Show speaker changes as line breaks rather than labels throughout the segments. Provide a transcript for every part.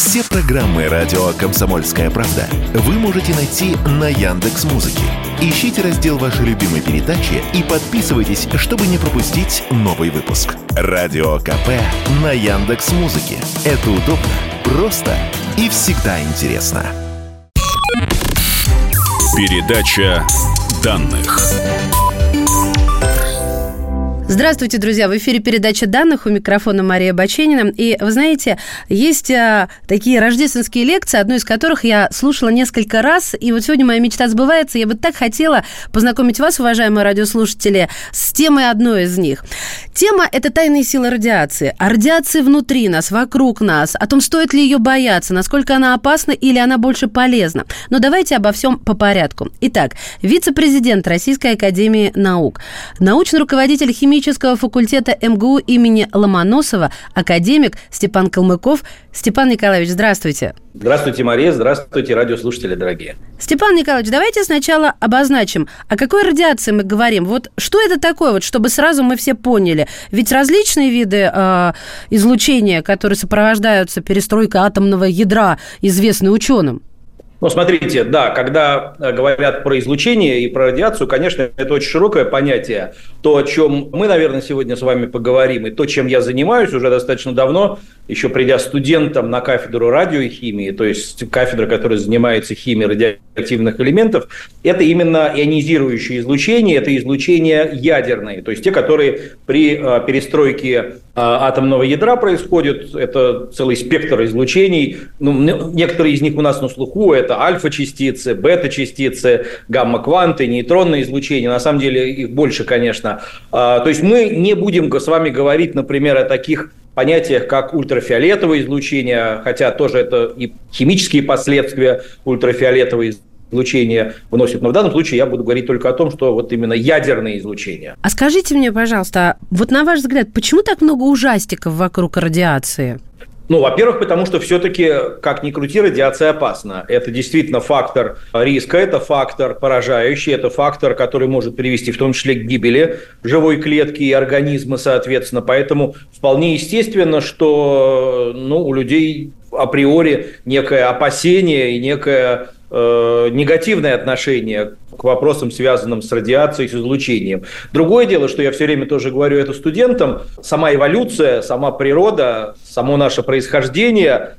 Все программы радио «Комсомольская правда» вы можете найти на Яндекс.Музыке. Ищите раздел вашей любимой передачи и подписывайтесь, чтобы не пропустить новый выпуск. Радио КП на Яндекс.Музыке. Это удобно, просто и всегда интересно.
Передача данных.
Здравствуйте, друзья! В эфире передача данных, у микрофона Мария Баченина. И, вы знаете, есть такие рождественские лекции, одну из которых я слушала несколько раз, и вот сегодня моя мечта сбывается. Я бы так хотела познакомить вас, уважаемые радиослушатели, с темой одной из них. Тема – это тайные силы радиации. О радиации внутри нас, вокруг нас, о том, стоит ли ее бояться, насколько она опасна или она больше полезна. Но давайте обо всем по порядку. Итак, вице-президент Российской академии наук, научный руководитель химического факультета МГУ имени Ломоносова, академик Степан Калмыков. Степан Николаевич, здравствуйте.
Здравствуйте, Мария. Здравствуйте, радиослушатели дорогие.
Степан Николаевич, давайте сначала обозначим, о какой радиации мы говорим. Вот что это такое, вот, чтобы сразу мы все поняли. Ведь различные виды излучения, которые сопровождаются перестройкой атомного ядра, известны ученым.
Ну, смотрите, да, когда говорят про излучение и про радиацию, конечно, это очень широкое понятие. То, о чем мы, наверное, сегодня с вами поговорим, и то, чем я занимаюсь уже достаточно давно, еще придя студентом на кафедру радиохимии, то есть кафедра, которая занимается химией радиоактивных элементов, это именно ионизирующее излучение, это излучение ядерное, то есть те, которые при перестройке атомного ядра происходят, это целый спектр излучений. Ну, некоторые из них у нас на слуху, это альфа-частицы, бета-частицы, гамма-кванты, нейтронное излучение. На самом деле их больше, конечно. То есть мы не будем с вами говорить, например, о таких понятиях, как ультрафиолетовое излучение, хотя тоже это и химические последствия ультрафиолетового излучение вносит. Но в данном случае я буду говорить только о том, что вот именно ядерное излучение.
А скажите мне, пожалуйста, вот на ваш взгляд, почему так много ужастиков вокруг радиации?
Ну, во-первых, потому что все-таки, как ни крути, радиация опасна. Это действительно фактор риска, это фактор поражающий, это фактор, который может привести в том числе к гибели живой клетки и организма, соответственно. Поэтому вполне естественно, что у людей априори некое опасение и некое негативное отношение к вопросам, связанным с радиацией, с излучением. Другое дело, что я все время тоже говорю это студентам, сама эволюция, сама природа, само наше происхождение,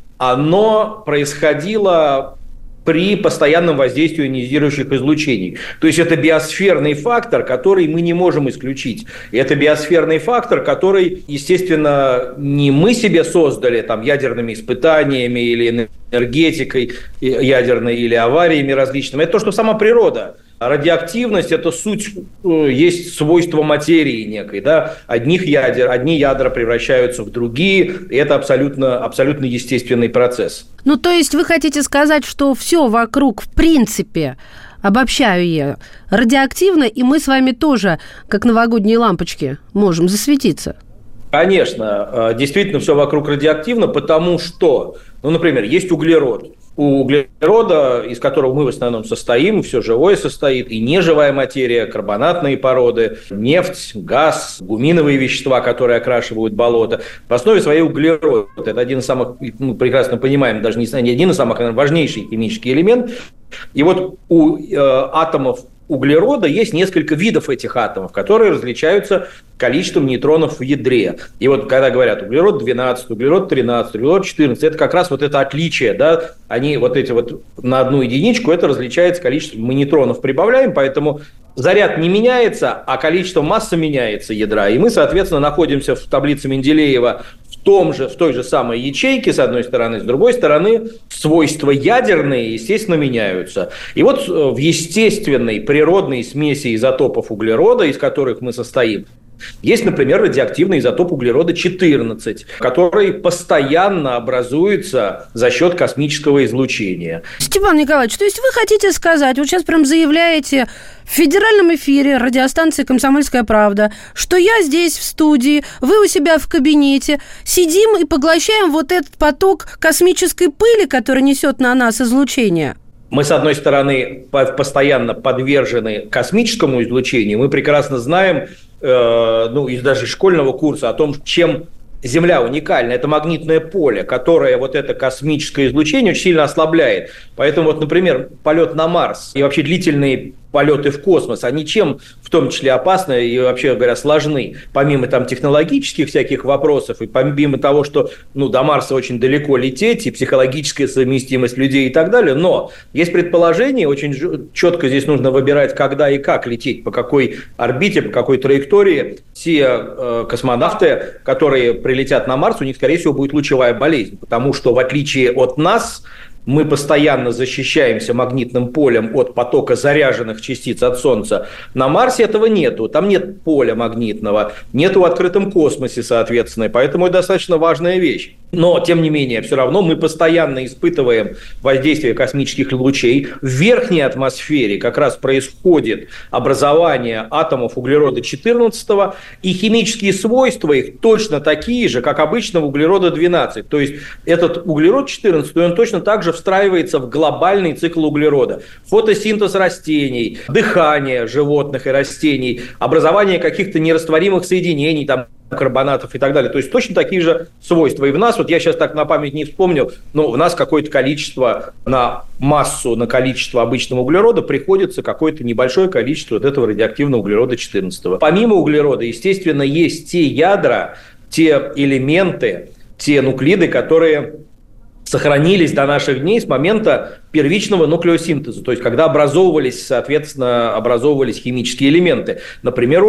оно происходило при постоянном воздействии ионизирующих излучений. То есть это биосферный фактор, который мы не можем исключить. И это биосферный фактор, который, естественно, не мы себе создали там, ядерными испытаниями или энергетикой ядерной или авариями различными. Это то, что сама природа. Радиоактивность – это суть, есть свойство материи некой. Да? Одни ядра превращаются в другие, и это абсолютно естественный процесс.
Ну, то есть вы хотите сказать, что все вокруг, в принципе, обобщаю я, радиоактивно, и мы с вами тоже, как новогодние лампочки, можем засветиться?
Конечно, действительно все вокруг радиоактивно, потому что, например, есть углерод. У углерода, из которого мы в основном состоим, все живое состоит, и неживая материя, карбонатные породы, нефть, газ, гуминовые вещества, которые окрашивают болото. В основе своей углерод. Это один из самых, прекрасно понимаем, даже не один из самых, наверное, важнейший химический элемент. И вот у атомов углерода есть несколько видов этих атомов, которые различаются количеством нейтронов в ядре. И вот когда говорят углерод 12, углерод 13, углерод 14, это как раз вот это отличие, да, они вот эти вот на одну единичку, это различается количеством, мы нейтронов прибавляем, поэтому заряд не меняется, а количество массы меняется ядра. И мы, соответственно, находимся в таблице Менделеева в той же самой ячейке, с одной стороны, с другой стороны, свойства ядерные, естественно, меняются. И вот в естественной природной смеси изотопов углерода, из которых мы состоим, есть, например, радиоактивный изотоп углерода-14, который постоянно образуется за счет космического излучения.
Степан Николаевич, то есть вы хотите сказать, вот сейчас прям заявляете в федеральном эфире радиостанции «Комсомольская правда», что я здесь в студии, вы у себя в кабинете, сидим и поглощаем вот этот поток космической пыли, который несет на нас излучение?
Мы, с одной стороны, постоянно подвержены космическому излучению. Мы прекрасно знаем, из даже школьного курса о том, чем Земля уникальна, это магнитное поле, которое вот это космическое излучение очень сильно ослабляет. Поэтому, вот, например, полет на Марс и вообще длительные полеты в космос, они чем в том числе опасны и, вообще говоря, сложны, помимо там технологических всяких вопросов и помимо того, что до Марса очень далеко лететь и психологическая совместимость людей и так далее, но есть предположение, очень четко здесь нужно выбирать, когда и как лететь, по какой орбите, по какой траектории. Те космонавты, которые прилетят на Марс, у них, скорее всего, будет лучевая болезнь, потому что, в отличие от нас, мы постоянно защищаемся магнитным полем от потока заряженных частиц от Солнца. На Марсе этого нету. Там нет поля магнитного, нету в открытом космосе, соответственно. Поэтому это достаточно важная вещь. Но, тем не менее, все равно мы постоянно испытываем воздействие космических лучей. В верхней атмосфере как раз происходит образование атомов углерода-14, и химические свойства их точно такие же, как обычного углерода-12. То есть этот углерод-14, он точно так же встраивается в глобальный цикл углерода. Фотосинтез растений, дыхание животных и растений, образование каких-то нерастворимых соединений, там, карбонатов и так далее. То есть точно такие же свойства. И в нас, вот я сейчас так на память не вспомню, но в нас какое-то количество на массу, на количество обычного углерода приходится какое-то небольшое количество вот этого радиоактивного углерода 14. Помимо углерода, естественно, есть те ядра, те элементы, те нуклиды, которые сохранились до наших дней с момента первичного нуклеосинтеза, то есть когда соответственно, образовывались химические элементы. Например,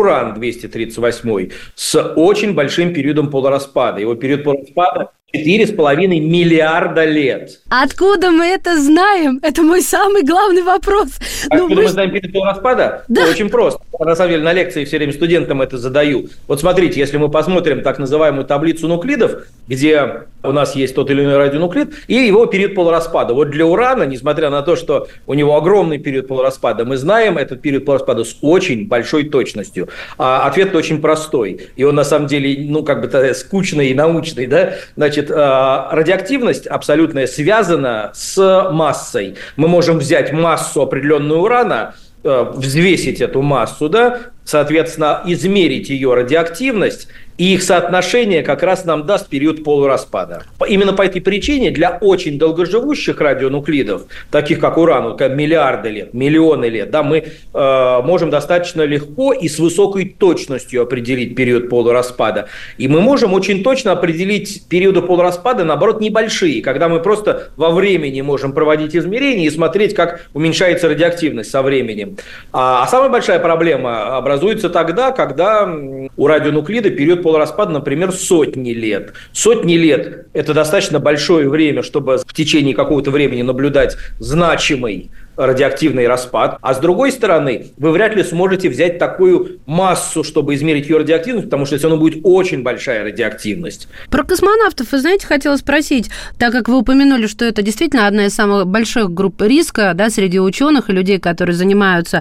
уран-238 с очень большим периодом полураспада. Его период полураспада 4,5 миллиарда лет.
Откуда мы это знаем? Это мой самый главный вопрос.
Откуда мы знаем период полураспада? Да. Очень просто. Я, на самом деле, на лекции все время студентам это задаю. Вот смотрите, если мы посмотрим так называемую таблицу нуклидов, где у нас есть тот или иной радионуклид, и его период полураспада. Вот для урана, несмотря на то, что у него огромный период полураспада, мы знаем этот период полураспада с очень большой точностью. А ответ очень простой. И он, на самом деле, скучный и научный, да? Значит, радиоактивность абсолютная связана с массой. Мы можем взять массу определенную урана, взвесить эту массу, да, соответственно, измерить ее радиоактивность, и их соотношение как раз нам даст период полураспада. Именно по этой причине для очень долгоживущих радионуклидов, таких как уран, миллиарды лет, миллионы лет, да, мы можем достаточно легко и с высокой точностью определить период полураспада. И мы можем очень точно определить периоды полураспада, наоборот, небольшие, когда мы просто во времени можем проводить измерения и смотреть, как уменьшается радиоактивность со временем. А самая большая проблема образуется тогда, когда у радионуклида период полураспада, например, сотни лет. Сотни лет – это достаточно большое время, чтобы в течение какого-то времени наблюдать значимый радиоактивный распад. А с другой стороны, вы вряд ли сможете взять такую массу, чтобы измерить ее радиоактивность, потому что все равно будет очень большая радиоактивность.
Про космонавтов, вы знаете, хотела спросить, так как вы упомянули, что это действительно одна из самых больших групп риска, да, среди ученых и людей, которые занимаются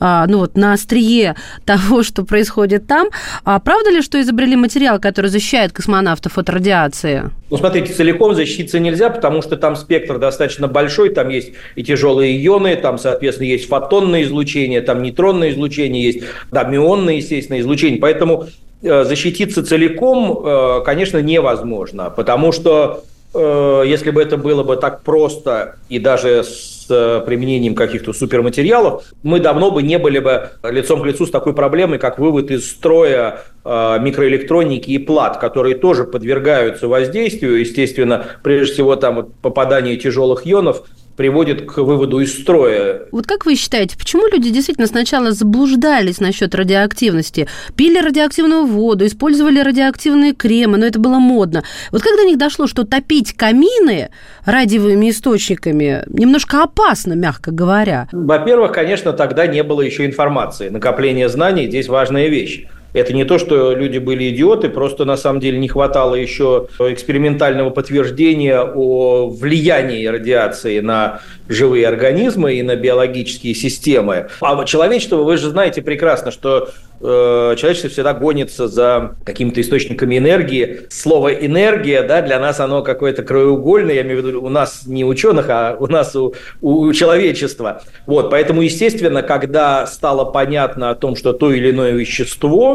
на острие того, что происходит там. А правда ли, что изобрели материал, который защищает космонавтов от радиации?
Смотрите, целиком защититься нельзя, потому что там спектр достаточно большой, там есть и тяжелые ионы, там, соответственно, есть фотонное излучение, там нейтронное излучение есть, да, мюонное, естественно, излучение. Поэтому защититься целиком, конечно, невозможно, потому что если бы это было бы так просто и даже с применением каких-то суперматериалов, мы давно бы не были бы лицом к лицу с такой проблемой, как вывод из строя микроэлектроники и плат, которые тоже подвергаются воздействию, естественно, прежде всего там попадание тяжелых ионов приводит к выводу из строя.
Вот как вы считаете, почему люди действительно сначала заблуждались насчет радиоактивности? Пили радиоактивную воду, использовали радиоактивные кремы, но это было модно. Вот как до них дошло, что топить камины радиовыми источниками немножко опасно, мягко говоря?
Во-первых, конечно, тогда не было еще информации. Накопление знаний здесь важная вещь. Это не то, что люди были идиоты, просто на самом деле не хватало еще экспериментального подтверждения о влиянии радиации на живые организмы и на биологические системы. А человечество, вы же знаете прекрасно, что человечество всегда гонится за какими-то источниками энергии. Слово «энергия», да, для нас оно какое-то краеугольное, я имею в виду у нас не ученых, а у нас у человечества. Вот, поэтому, естественно, когда стало понятно о том, что то или иное вещество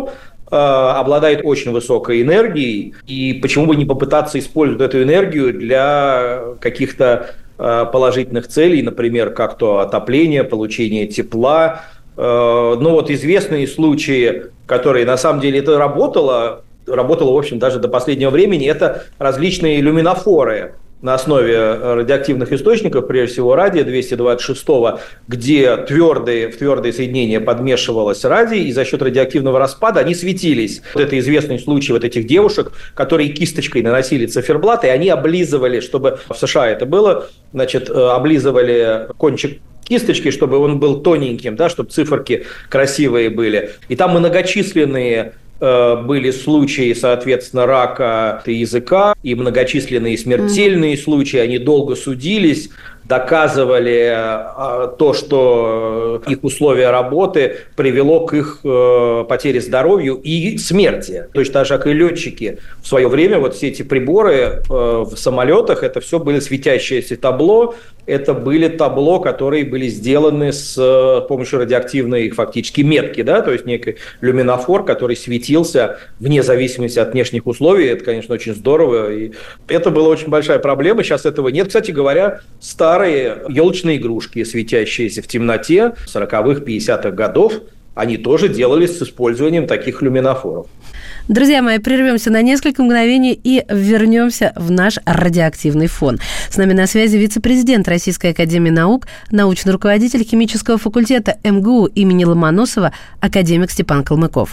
обладает очень высокой энергией, и почему бы не попытаться использовать эту энергию для каких-то положительных целей, например, как то отопление, получение тепла. Известные случаи, которые на самом деле это работало, в общем, даже до последнего времени, это различные люминофоры на основе радиоактивных источников, прежде всего радия-226, где в твердые соединения подмешивалось радий, и за счет радиоактивного распада они светились. Вот это известный случай вот этих девушек, которые кисточкой наносили циферблат, и они облизывали, чтобы в США это было, облизывали кончик кисточки, чтобы он был тоненьким, да, чтобы циферки красивые были. И там многочисленные были случаи, соответственно, рака языка и многочисленные смертельные случаи. Они долго судились, доказывали то, что их условия работы привело к их потере здоровья и смерти. Точно так же, как и летчики. В свое время вот все эти приборы в самолетах, это все были светящиеся табло, это были табло, которые были сделаны с помощью радиоактивной фактически метки, да, то есть некий люминофор, который светился вне зависимости от внешних условий. Это, конечно, очень здорово. И это была очень большая проблема. Сейчас этого нет. Кстати говоря, старые елочные игрушки, светящиеся в темноте 40-х, 50-х годов, они тоже делались с использованием таких люминофоров.
Друзья мои, прервемся на несколько мгновений и вернемся в наш радиоактивный фон. С нами на связи вице-президент Российской академии наук, научный руководитель химического факультета МГУ имени Ломоносова, академик Степан Калмыков.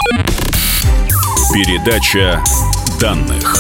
Передача данных.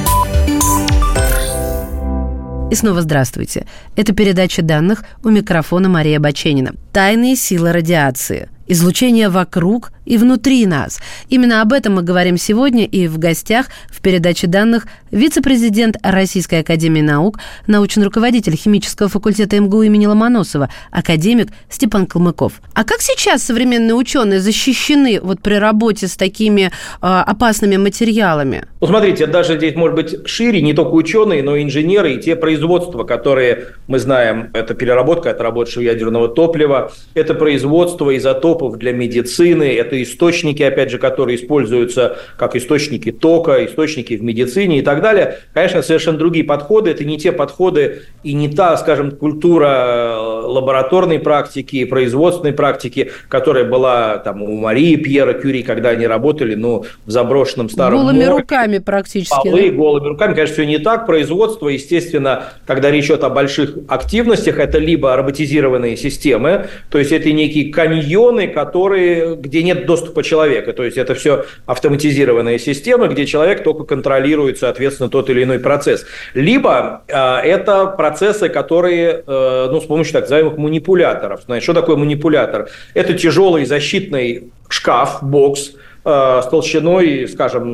И снова здравствуйте. Это передача данных, у микрофона Мария Баченина. Тайные силы радиации. Излучение вокруг и внутри нас. Именно об этом мы говорим сегодня, и в гостях в передаче данных вице-президент Российской академии наук, научный руководитель химического факультета МГУ имени Ломоносова, академик Степан Калмыков. А как сейчас современные ученые защищены при работе с такими опасными материалами?
Смотрите, даже здесь может быть шире, не только ученые, но и инженеры, и те производства, которые мы знаем, это переработка отработавшего ядерного топлива, это производство изотопов для медицины, это источники, опять же, которые используются как источники тока, источники в медицине и так далее. Конечно, совершенно другие подходы. Это не те подходы и не та, скажем, культура лабораторной практики, производственной практики, которая была там у Марии Пьера Кюри, когда они работали, в заброшенном старом
голыми руками практически.
Голыми руками. Конечно, все не так. Производство, естественно, когда речь идет о больших активностях, это либо роботизированные системы, то есть это некие каньоны, где нет доступа человека. То есть это все автоматизированные системы, где человек только контролирует, соответственно, тот или иной процесс. Либо это процессы, которые с помощью так называемых манипуляторов. Значит, что такое манипулятор? Это тяжелый защитный шкаф, бокс, с толщиной, скажем,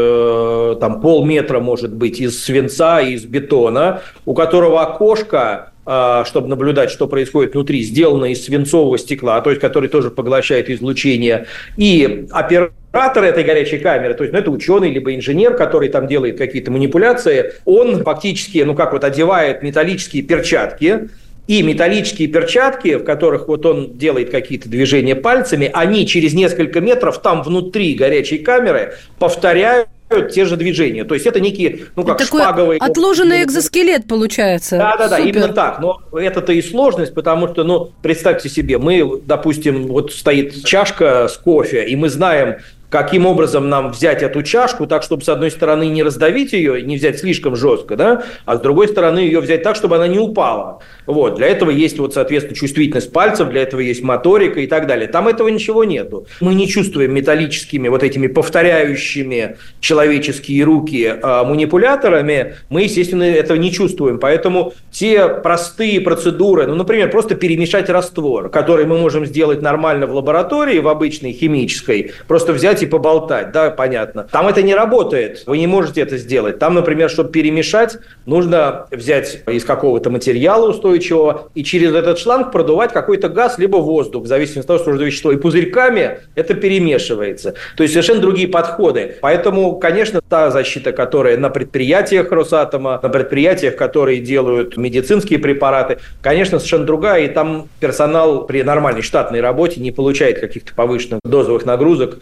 полметра, может быть, из свинца и из бетона, у которого окошко, чтобы наблюдать, что происходит внутри, сделано из свинцового стекла, то есть который тоже поглощает излучение, и оператор этой горячей камеры, то есть это ученый либо инженер, который там делает какие-то манипуляции, он фактически, одевает металлические перчатки, и металлические перчатки, в которых он делает какие-то движения пальцами, они через несколько метров там внутри горячей камеры повторяют те же движения. То есть это некие, как
такой
шпаговые...
отложенный экзоскелет получается.
Да, именно так. Но это и сложность, потому что, представьте себе, мы, допустим, стоит чашка с кофе, и мы знаем, каким образом нам взять эту чашку так, чтобы, с одной стороны, не раздавить ее, не взять слишком жестко, да, а с другой стороны, ее взять так, чтобы она не упала. Для этого есть, соответственно, чувствительность пальцев, для этого есть моторика и так далее. Там этого ничего нету. Мы не чувствуем металлическими этими повторяющими человеческие руки манипуляторами, мы, естественно, этого не чувствуем. Поэтому те простые процедуры, например, просто перемешать раствор, который мы можем сделать нормально в лаборатории, в обычной химической, просто взять и поболтать, да, понятно. Там это не работает, вы не можете это сделать. Там, например, чтобы перемешать, нужно взять из какого-то материала устойчивого и через этот шланг продувать какой-то газ, либо воздух, в зависимости от того, что за вещество. И пузырьками это перемешивается. То есть совершенно другие подходы. Поэтому, конечно, та защита, которая на предприятиях Росатома, на предприятиях, которые делают медицинские препараты, конечно, совершенно другая. И там персонал при нормальной штатной работе не получает каких-то повышенных дозовых нагрузок. И это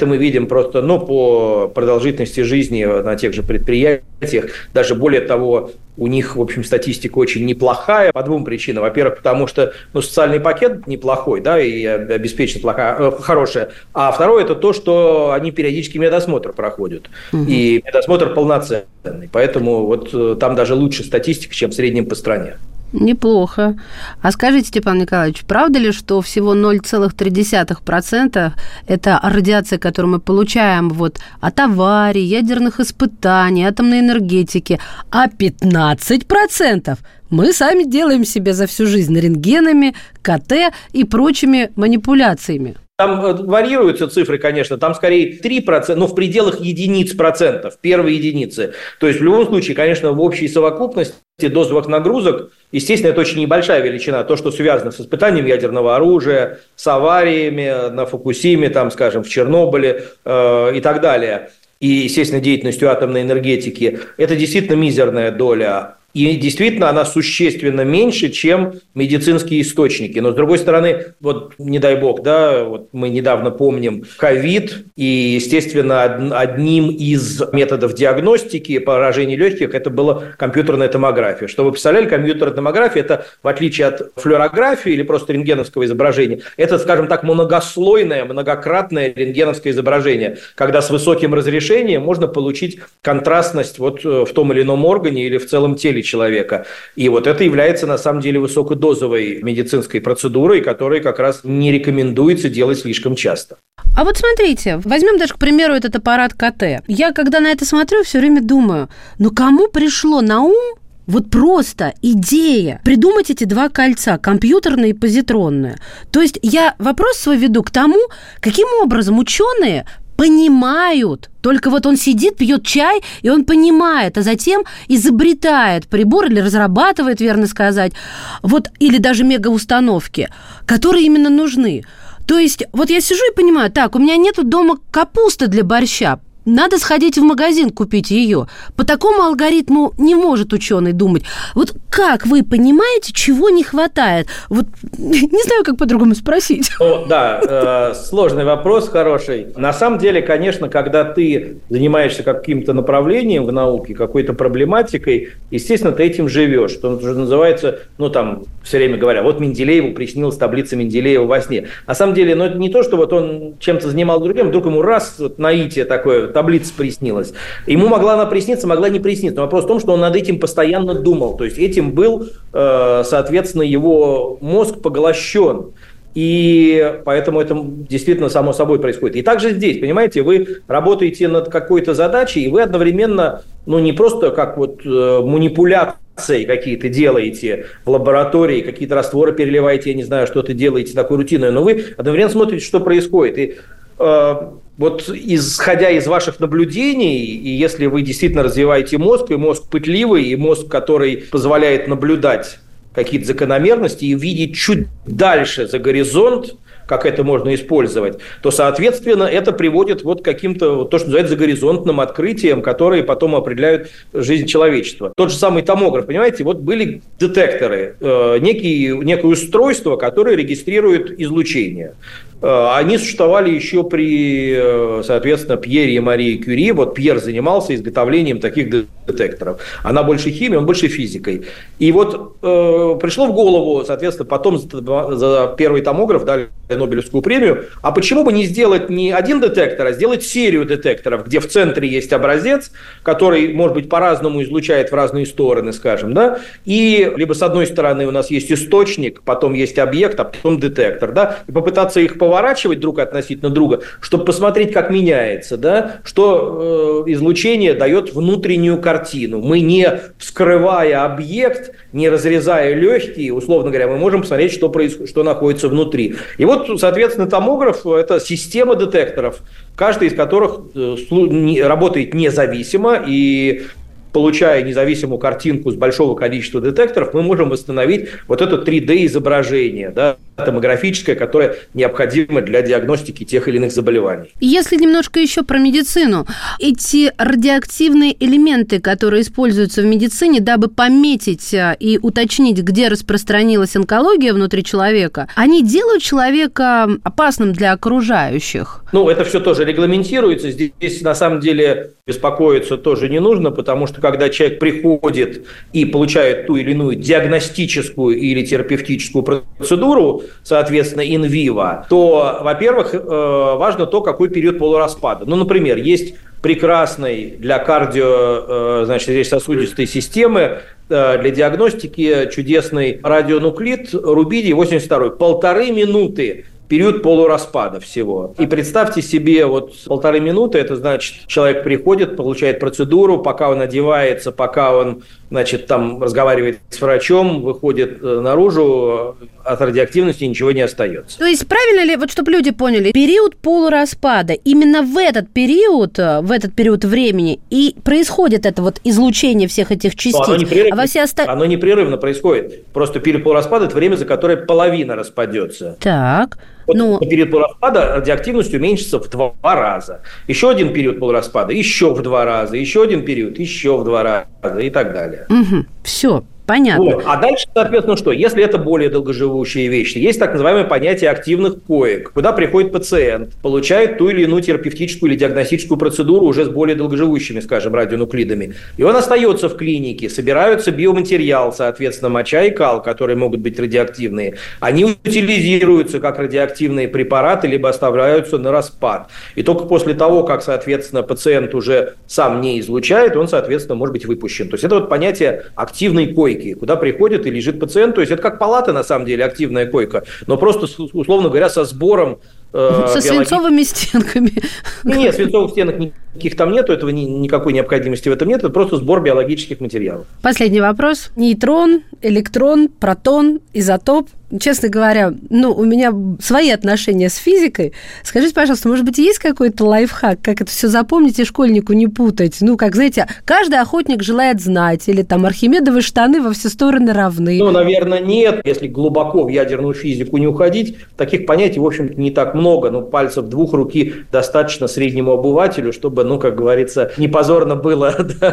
мы видим просто, по продолжительности жизни на тех же предприятиях, даже более того, у них, в общем, статистика очень неплохая по двум причинам. Во-первых, потому что социальный пакет неплохой, да, и обеспеченность хорошая. А второе – это то, что они периодически медосмотр проходят. И медосмотр полноценный. Поэтому вот там даже лучше статистика, чем в среднем по стране.
Неплохо. А скажите, Степан Николаевич, правда ли, что всего 0,3% это радиация, которую мы получаем от аварий, ядерных испытаний, атомной энергетики, а 15% мы сами делаем себе за всю жизнь рентгенами, КТ и прочими манипуляциями?
Там варьируются цифры, конечно, там скорее 3%, но в пределах единиц процентов, первой единицы. То есть в любом случае, конечно, в общей совокупности дозовых нагрузок, естественно, это очень небольшая величина. То, что связано с испытанием ядерного оружия, с авариями на Фукусиме, там, скажем, в Чернобыле и так далее, и, естественно, деятельностью атомной энергетики, это действительно мизерная доля. И действительно она существенно меньше, чем медицинские источники. Но, с другой стороны, не дай бог, да, мы недавно помним ковид, и, естественно, одним из методов диагностики поражений легких это была компьютерная томография. Что вы представляли, компьютерная томография – это, в отличие от флюорографии или просто рентгеновского изображения, это, скажем так, многослойное, многократное рентгеновское изображение, когда с высоким разрешением можно получить контрастность в том или ином органе или в целом теле человека. И это является, на самом деле, высокодозовой медицинской процедурой, которую как раз не рекомендуется делать слишком часто.
А смотрите, возьмем даже, к примеру, этот аппарат КТ. Я, когда на это смотрю, все время думаю, кому пришло на ум просто идея придумать эти два кольца, компьютерное и позитронное? То есть я вопрос свой веду к тому, каким образом ученые понимают, только он сидит, пьет чай, и он понимает, а затем изобретает прибор или разрабатывает, верно сказать, или даже мегаустановки, которые именно нужны. То есть я сижу и понимаю, так, у меня нету дома капусты для борща, надо сходить в магазин, купить ее. По такому алгоритму не может ученый думать. Как вы понимаете, чего не хватает? Не знаю, как по-другому спросить.
Да, сложный вопрос, хороший. На самом деле, конечно, когда ты занимаешься каким-то направлением в науке, какой-то проблематикой, естественно, ты этим живешь. Что называется, все время говоря, Менделееву приснилась таблица Менделеева во сне. На самом деле, это не то, что он чем-то занимался другим, вдруг ему наитие такое, таблица приснилась. Ему могла она присниться, могла не присниться. Но вопрос в том, что он над этим постоянно думал. То есть этим был, соответственно, его мозг поглощен. И поэтому это действительно само собой происходит. И также здесь, понимаете, вы работаете над какой-то задачей, и вы одновременно, не просто как манипуляции какие-то делаете в лаборатории, какие-то растворы переливаете, я не знаю, что-то делаете такое рутинное, но вы одновременно смотрите, что происходит. И исходя из ваших наблюдений, и если вы действительно развиваете мозг, и мозг пытливый, и мозг, который позволяет наблюдать какие-то закономерности и видеть чуть дальше за горизонт, как это можно использовать, то, соответственно, это приводит к каким-то, то, что называется, загоризонтным открытиям, которые потом определяют жизнь человечества. Тот же самый томограф, понимаете, были детекторы, некое устройство, которое регистрирует излучение. Они существовали еще при, соответственно, Пьере и Марии Кюри. Пьер занимался изготовлением таких детекторов. Она больше химией, он больше физикой. И пришло в голову, соответственно, потом за первый томограф дали Нобелевскую премию. А почему бы не сделать не один детектор, а сделать серию детекторов, где в центре есть образец, который, может быть, по-разному излучает в разные стороны, скажем, да? И либо с одной стороны у нас есть источник, потом есть объект, а потом детектор, да? И попытаться их поворачивать друг относительно друга, чтобы посмотреть, как меняется, да, что излучение дает внутреннюю картину. Мы, не вскрывая объект, не разрезая легкие, условно говоря, мы можем посмотреть, что находится внутри. И соответственно, томограф – это система детекторов, каждый из которых работает независимо, и получая независимую картинку с большого количества детекторов, мы можем восстановить вот это 3D-изображение, да, томографическое, которое необходимо для диагностики тех или иных заболеваний.
Если немножко еще про медицину. Эти радиоактивные элементы, которые используются в медицине, дабы пометить и уточнить, где распространилась онкология внутри человека, они делают человека опасным для окружающих?
Это все тоже регламентируется. Здесь, на самом деле, беспокоиться тоже не нужно, потому что, когда человек приходит и получает ту или иную диагностическую или терапевтическую процедуру, соответственно, инвиво, то, во-первых, важно то, какой период полураспада. Например, есть прекрасный для сердечно-сосудистой системы для диагностики чудесный радионуклид рубидий 82, 1,5 минуты. Период полураспада всего. И представьте себе, 1,5 минуты, это значит, человек приходит, получает процедуру, пока он одевается, пока он, там разговаривает с врачом, выходит наружу, от радиоактивности ничего не остается.
То есть правильно ли, чтобы люди поняли, период полураспада, именно в этот период времени и происходит это излучение всех этих частиц?
Оно непрерывно происходит. Просто период полураспада – это время, за которое половина распадется.
Так.
Период полураспада радиоактивность уменьшится в 2 раза. Еще один период полураспада еще в 2 раза. Еще один период еще в 2 раза и так далее.
Угу. Все. Понятно.
А дальше, соответственно, что? Если это более долгоживущие вещи, есть так называемое понятие активных коек, куда приходит пациент, получает ту или иную терапевтическую или диагностическую процедуру уже с более долгоживущими, скажем, радионуклидами. И он остается в клинике, собираются биоматериал, соответственно, моча и кал, которые могут быть радиоактивные. Они утилизируются как радиоактивные препараты, либо оставляются на распад. И только после того, как, соответственно, пациент уже сам не излучает, он, соответственно, может быть выпущен. То есть это понятие активной койки, куда приходит и лежит пациент. То есть это как палата, на самом деле, активная койка, но просто, условно говоря, со сбором
со свинцовыми стенками.
Нет, свинцовых стенок никаких там нету, этого никакой необходимости в этом нет, это просто сбор биологических материалов.
Последний вопрос. Нейтрон, электрон, протон, изотоп. Честно говоря, у меня свои отношения с физикой. Скажите, пожалуйста, может быть, есть какой-то лайфхак, как это все запомнить и школьнику не путать? Как, знаете, каждый охотник желает знать, или там архимедовы штаны во все стороны равны.
Наверное, нет. Если глубоко в ядерную физику не уходить, таких понятий, в общем-то, не так много. Пальцев 2 руки достаточно среднему обывателю, чтобы, как говорится, не позорно было.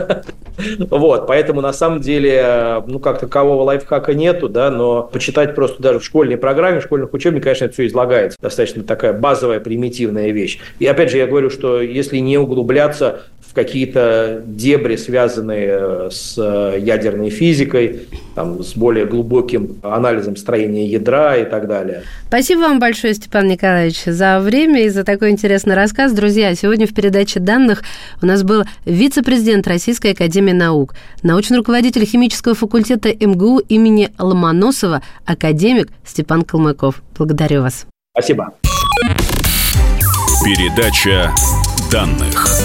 Поэтому, на самом деле, как такового лайфхака нету, но почитать просто даже в школьной программе, в школьных учебниках, конечно, это все излагается. Достаточно такая базовая, примитивная вещь. И опять же, я говорю, что если не углубляться в какие-то дебри, связанные с ядерной физикой, с более глубоким анализом строения ядра и так далее.
Спасибо вам большое, Степан Николаевич, за время и за такой интересный рассказ. Друзья, сегодня в передаче данных у нас был вице-президент Российской академии наук, научный руководитель химического факультета МГУ имени Ломоносова, академик Степан Калмыков. Благодарю вас.
Спасибо.
Передача данных.